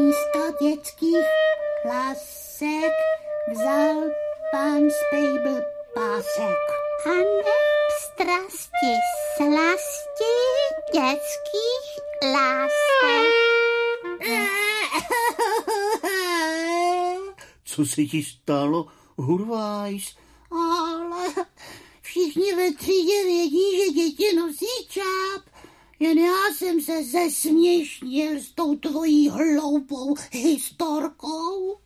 Místo dětských lasek vzal pan Spejbl pásek. A neb strasti slasti dětských lásek. Co se ti stalo, Hurvajs? Ale všichni ve třídě vědí, že děti nosí čáp. Jen já jsem se zesměšnil s tou tvojí hloupou historkou.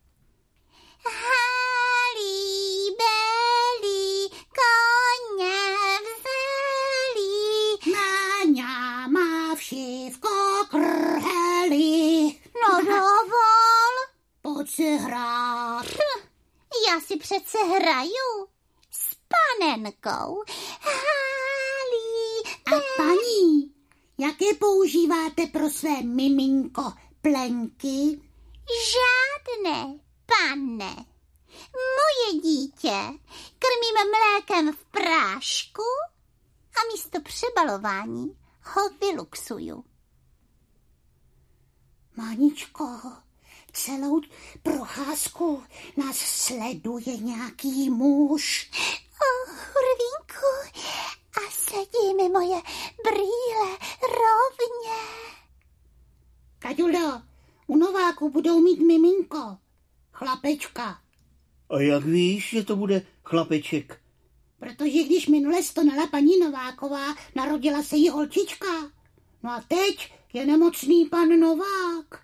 Halí, belí, koně vzeli. Náňa má všivko krheli. No dovol. Pojď si hrát. Já si přece hraju s panenkou. Halí, A paní, jaké používáte pro své miminko plenky? žádné, pane. Moje dítě krmím mlékem v prášku a místo přebalování ho vyluxuju. Maničko, celou procházku nás sleduje nějaký muž. Hurvínku, a sedí mi moje brýle rovně. Taďulo, u Nováku budou mít miminko, chlapečka. A jak víš, že to bude chlapeček? Protože když minule stonala paní Nováková, narodila se jí holčička. No a teď je nemocný pan Novák.